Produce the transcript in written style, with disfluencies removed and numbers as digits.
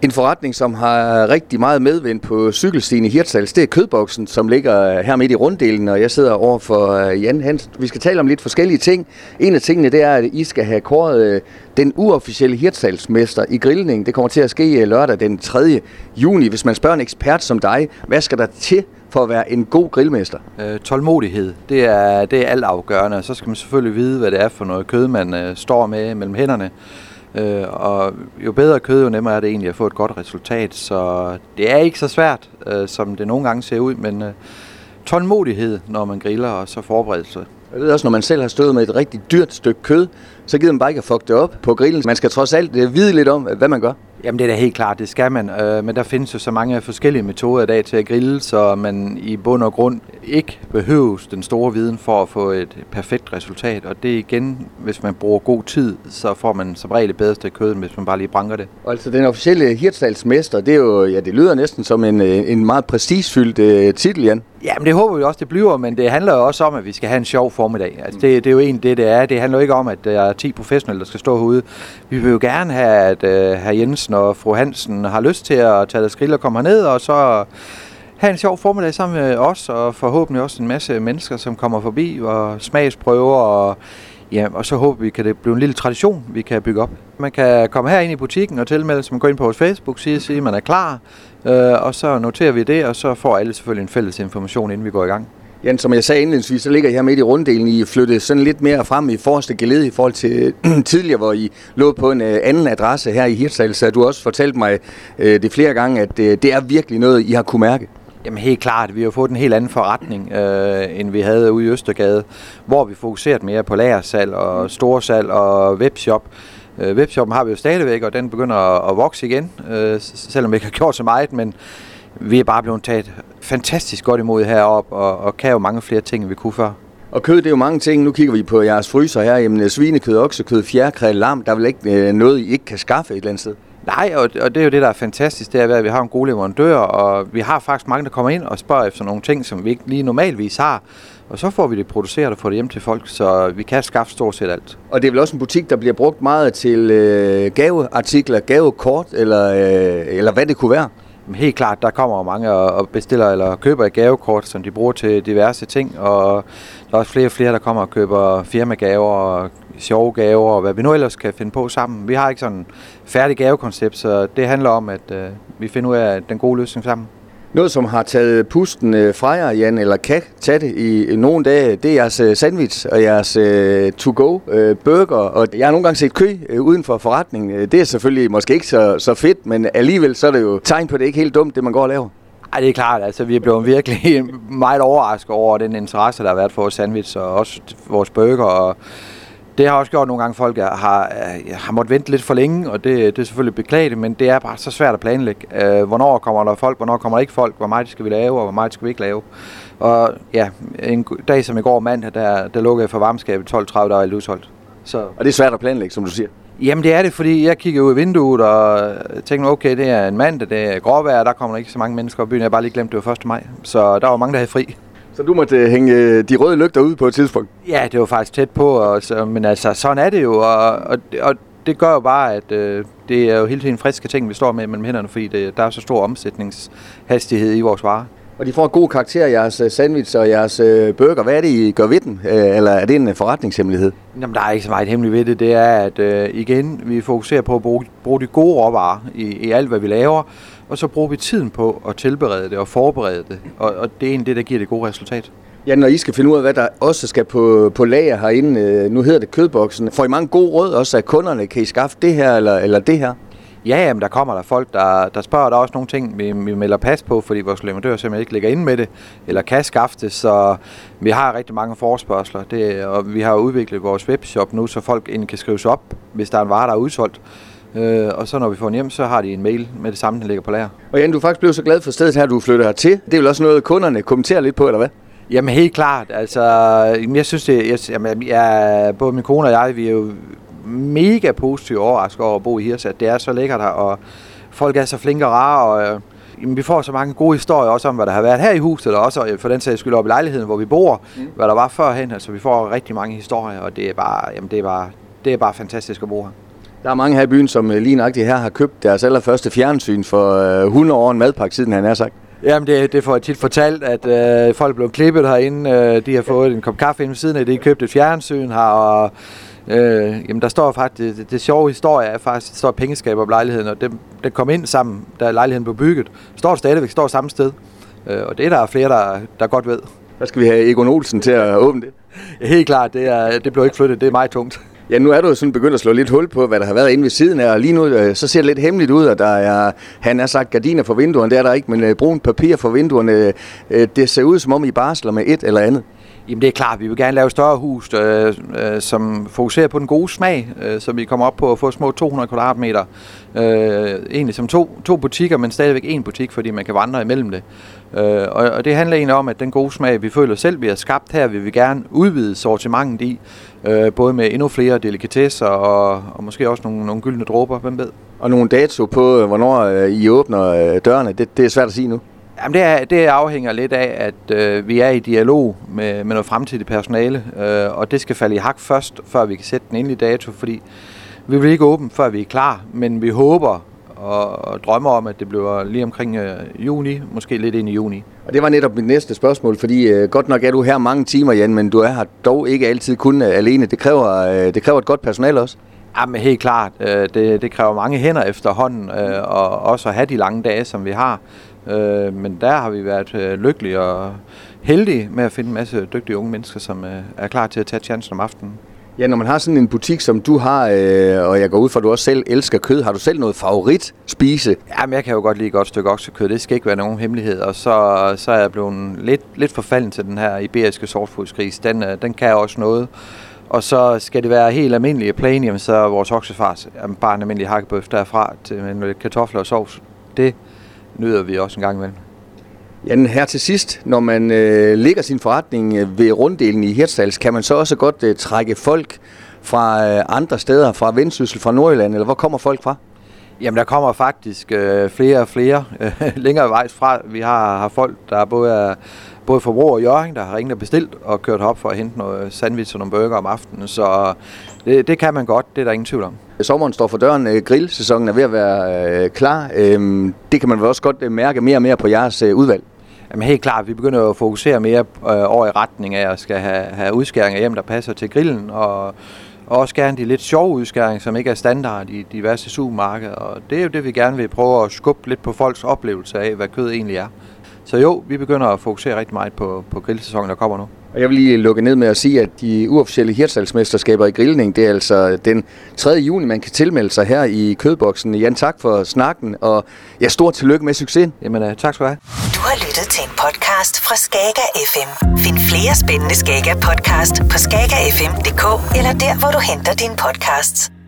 En forretning, som har rigtig meget medvind på cykelstien i Hirtshals, det er Kødboksen, som ligger her midt i runddelen, og jeg sidder over for Jan Hansen. Vi skal tale om lidt forskellige ting. En af tingene, det er, at I skal have kåret den uofficielle Hirtshalsmester i grillning. Det kommer til at ske lørdag den 3. juni. Hvis man spørger en ekspert som dig, hvad skal der til for at være en god grillmester? Tålmodighed, det er altafgørende. Så skal man selvfølgelig vide, hvad det er for noget kød, man står med mellem hænderne. Og jo bedre kød, jo nemmere er det egentlig at få et godt resultat. Så det er ikke så svært, som det nogle gange ser ud, men tålmodighed, når man griller, og så forberedelse. Jeg ved også, når man selv har stået med et rigtig dyrt stykke kød, så gider man bare ikke at fuck det op på grillen. Man skal trods alt vide lidt om, hvad man gør. Jamen det er da helt klart, det skal man. Men der findes jo så mange forskellige metoder i dag til at grille, så man i bund og grund ikke behøves den store viden for at få et perfekt resultat. Og det igen, hvis man bruger god tid, så får man som regel et bedre stykke kød, hvis man bare lige branker det. Og altså den officielle Hirtshalsmester, det er jo, ja, det lyder næsten som en meget prestigefyldt titel, Jan. Jamen det håber vi også, det bliver, men det handler jo også om, at vi skal have en sjov formiddag. Altså det er jo egentlig det er. Det handler jo ikke om, at der er 10 professionelle, der skal stå herude. Vi vil jo gerne have, at herr Jensen og fru Hansen har lyst til at tage deres grill og komme herned, og så have en sjov formiddag sammen med os, og forhåbentlig også en masse mennesker, som kommer forbi og smagsprøver, og så håber vi, kan det blive en lille tradition, vi kan bygge op. Man kan komme her ind i butikken og tilmelde sig, man går ind på vores Facebook-side og sige, at man er klar, og så noterer vi det, og så får alle selvfølgelig en fælles information, inden vi går i gang. Jan, som jeg sagde indledningsvis, så ligger I her midt i runddelen. I flyttet sådan lidt mere frem i forreste geled i forhold til tidligere, hvor I lå på en anden adresse her i Hirtshals. Så du også fortalt mig det flere gange, at det er virkelig noget, I har kunne mærke. Jamen helt klart, vi har fået en helt anden forretning, end vi havde ude i Østergade, hvor vi fokuserede mere på lagersalg og storsalg og webshop. Webshoppen har vi jo stadigvæk, og den begynder at vokse igen, selvom vi ikke har gjort så meget, men vi er bare blevet taget fantastisk godt imod heroppe, og kan jo mange flere ting, end vi kunne før. Og kød, det er jo mange ting. Nu kigger vi på jeres fryser her. Jamen, svinekød, oksekød, fjerkræ, lam. Der er vel ikke noget, I ikke kan skaffe et eller andet sted? Nej, og det er jo det, der er fantastisk. Det er, at vi har en god leverandør, og vi har faktisk mange, der kommer ind og spørger efter nogle ting, som vi ikke lige normalvis har. Og så får vi det produceret og får det hjem til folk, så vi kan skaffe stort set alt. Og det er vel også en butik, der bliver brugt meget til gaveartikler, gavekort, eller hvad det kunne være? Helt klart, der kommer mange og bestiller eller køber et gavekort, som de bruger til diverse ting, og der er også flere og flere, der kommer og køber firmagaver og sjove gaver, og hvad vi nu ellers kan finde på sammen. Vi har ikke sådan en færdig gavekoncept, så det handler om, at vi finder ud af den gode løsning sammen. Noget, som har taget pusten fra jer, Jan, eller kan tage det i nogle dage, det er jeres sandwich og jeres to-go burger. Og jeg har nogle gange set kø uden for forretningen. Det er selvfølgelig måske ikke så fedt, men alligevel så er det jo tegn på, at det ikke er helt dumt, det man går og laver. Ej, det er klart. Altså, vi er blevet virkelig meget overrasket over den interesse, der har været for vores sandwich og også vores burger. Og det har også gjort nogle gange, folk har måttet vente lidt for længe, og det er selvfølgelig beklageligt, men det er bare så svært at planlægge. Hvornår kommer der folk, hvornår kommer der ikke folk, hvor meget skal vi lave, og hvor meget skal vi ikke lave. Og ja, en dag som i går mandag, der lukkede jeg for varmeskabet 12:30, der er alt udsolgt. Så. Og det er svært at planlægge, som du siger? Jamen det er det, fordi jeg kigger ud i vinduet og tænker, okay, det er en mandag, det er gråvejr, der kommer ikke så mange mennesker i byen. Jeg har bare lige glemt, det var 1. maj, så der var mange, der havde fri. Så du måtte hænge de røde lygter ud på et tidspunkt? Ja, det var faktisk tæt på, men altså sådan er det jo, og det gør jo bare, at det er jo hele tiden friske ting, vi står med mellem hænderne, fordi der er så stor omsætningshastighed i vores varer. Og de får en god karakter, jeres sandwich og jeres burger. Hvad er det, I gør ved dem? Eller er det en forretningshemmelighed? Jamen, der er ikke så meget hemmeligt ved det. Det er, at igen, vi fokuserer på at bruge de gode råvarer i alt, hvad vi laver. Og så bruger vi tiden på at tilberede det og forberede det. Og det er egentlig det, der giver det gode resultat. Ja, når I skal finde ud af, hvad der også skal på lager herinde, nu hedder det Kødboksen. Får I mange gode råd også af kunderne? Kan I skaffe det her eller det her? Ja, jamen, der kommer der folk, der spørger. Der er også nogle ting, vi melder pas på, fordi vores leverandør simpelthen ikke ligger inde med det, eller kan skaffe det. Så vi har rigtig mange forespørgsler, og vi har udviklet vores webshop nu, så folk egentlig kan skrives op, hvis der er en vare, der er udsolgt. Og så når vi får den hjem, så har de en mail med det samme, der ligger på lager. Og Jan, du er faktisk blevet så glad for stedet her, du flytter hertil. Det er vel også noget, kunderne kommenterer lidt på, eller hvad? Jamen helt klart. Altså, jeg synes både min kone og jeg, vi er jo mega positivt overrasket over at bo i Hirtshals. Det er så lækkert her, og folk er så flinke og rare, og vi får så mange gode historier også om, hvad der har været her i huset, og også for den sags skyld op i lejligheden, hvor vi bor, hvad der var førhen. Altså, vi får rigtig mange historier, og det er bare fantastisk at bo her. Der er mange her i byen, som lige nøjagtigt her har købt deres allerførste fjernsyn for 100 år, en madpakke siden, han har sagt. Jamen det får jeg tit fortalt, at folk blev klippet herinde, de har fået en kop kaffe inde ved siden af, de har købt et fjernsyn her, og jamen der står faktisk, det sjove historie er faktisk, der står pengeskab op lejligheden, og det kom ind sammen, da lejligheden blev bygget. Står stadigvæk, står samme sted, og det er der flere, der godt ved. Der skal vi have Egon Olsen til at åbne det. Helt klart, det blev ikke flyttet, det er meget tungt. Ja, nu er du sådan begyndt at slå lidt hul på, hvad der har været inde ved siden af, og lige nu så ser det lidt hemmeligt ud, og der er, han har sagt, gardiner for vinduerne, det er der ikke, men brunt papir for vinduerne, det ser ud som om I barsler med et eller andet. Jamen det er klart, vi vil gerne lave et større hus, som fokuserer på den gode smag, så vi kommer op på at få små 200 kvadratmeter. Egentlig som to butikker, men stadigvæk en butik, fordi man kan vandre imellem det. Og det handler egentlig om, at den gode smag, vi føler selv, vi har skabt her, vil vi gerne udvide sortimentet i. Både med endnu flere delikatesser og måske også nogle gyldne dråber, hvem ved. Og nogle dato på, hvornår I åbner dørene, det er svært at sige nu. Jamen det afhænger lidt af, at vi er i dialog med noget fremtidigt personale, og det skal falde i hak først, før vi kan sætte den endelige dato, fordi vi vil ikke åbne, før vi er klar, men vi håber og drømmer om, at det bliver lige omkring juni, måske lidt ind i juni. Og det var netop mit næste spørgsmål, fordi godt nok er du her mange timer, Jan, men du er her dog ikke altid kun alene. Det kræver et godt personale også. Jamen helt klart. Det kræver mange hænder efterhånden, og også at have de lange dage, som vi har. Men der har vi været lykkelige og heldige med at finde en masse dygtige unge mennesker, som er klar til at tage chancen om aftenen. Ja, når man har sådan en butik, som du har, og jeg går ud fra, at du også selv elsker kød, har du selv noget favorit spise? Jamen, jeg kan jo godt lide et godt stykke oksekød. Det skal ikke være nogen hemmelighed. Og så er jeg blevet lidt forfalden til den her iberiske sortfodsgris. Den kan også noget. Og så skal det være helt almindelige plain, jamen så vores oksefars, bare en almindelig hakkebøf derfra med lidt kartofler og sovs. Det nyder vi også en gang imellem. Jan, her til sidst, når man lægger sin forretning ved runddelen i Hirtshals, kan man så også godt trække folk fra andre steder, fra Vendsyssel, fra Nordjylland, eller hvor kommer folk fra? Jamen, der kommer faktisk flere og flere længere vejs fra. Vi har folk, der er både forbrugere og Jørgen, der har ringet og bestilt og kørt op for at hente noget sandwich og nogle burger om aftenen. Så det kan man godt, det er der ingen tvivl om. Sommeren står for døren, grillsæsonen er ved at være klar. Det kan man vel også godt mærke mere og mere på jeres udvalg. Jamen helt klart, vi begynder at fokusere mere over i retning af at skal have udskæringer hjem, der passer til grillen, og også gerne de lidt sjove udskæringer, som ikke er standard i diverse supermarkeder. Og det er jo det, vi gerne vil prøve at skubbe lidt på folks oplevelse af, hvad kød egentlig er. Så jo, vi begynder at fokusere rigtig meget på grillsæsonen, der kommer nu. Og jeg vil lige lukke ned med at sige, at de uofficielle Hirtshalsmesterskaber i grillning, det er altså den 3. juni, man kan tilmelde sig her i Kødboksen. Jan, tak for snakken, og ja, stort tillykke med succesen. Jamen, tak skal du have. Du har lyttet til en podcast fra Skager FM. Find flere spændende Skager podcast på skagerfm.dk eller der, hvor du henter dine podcasts.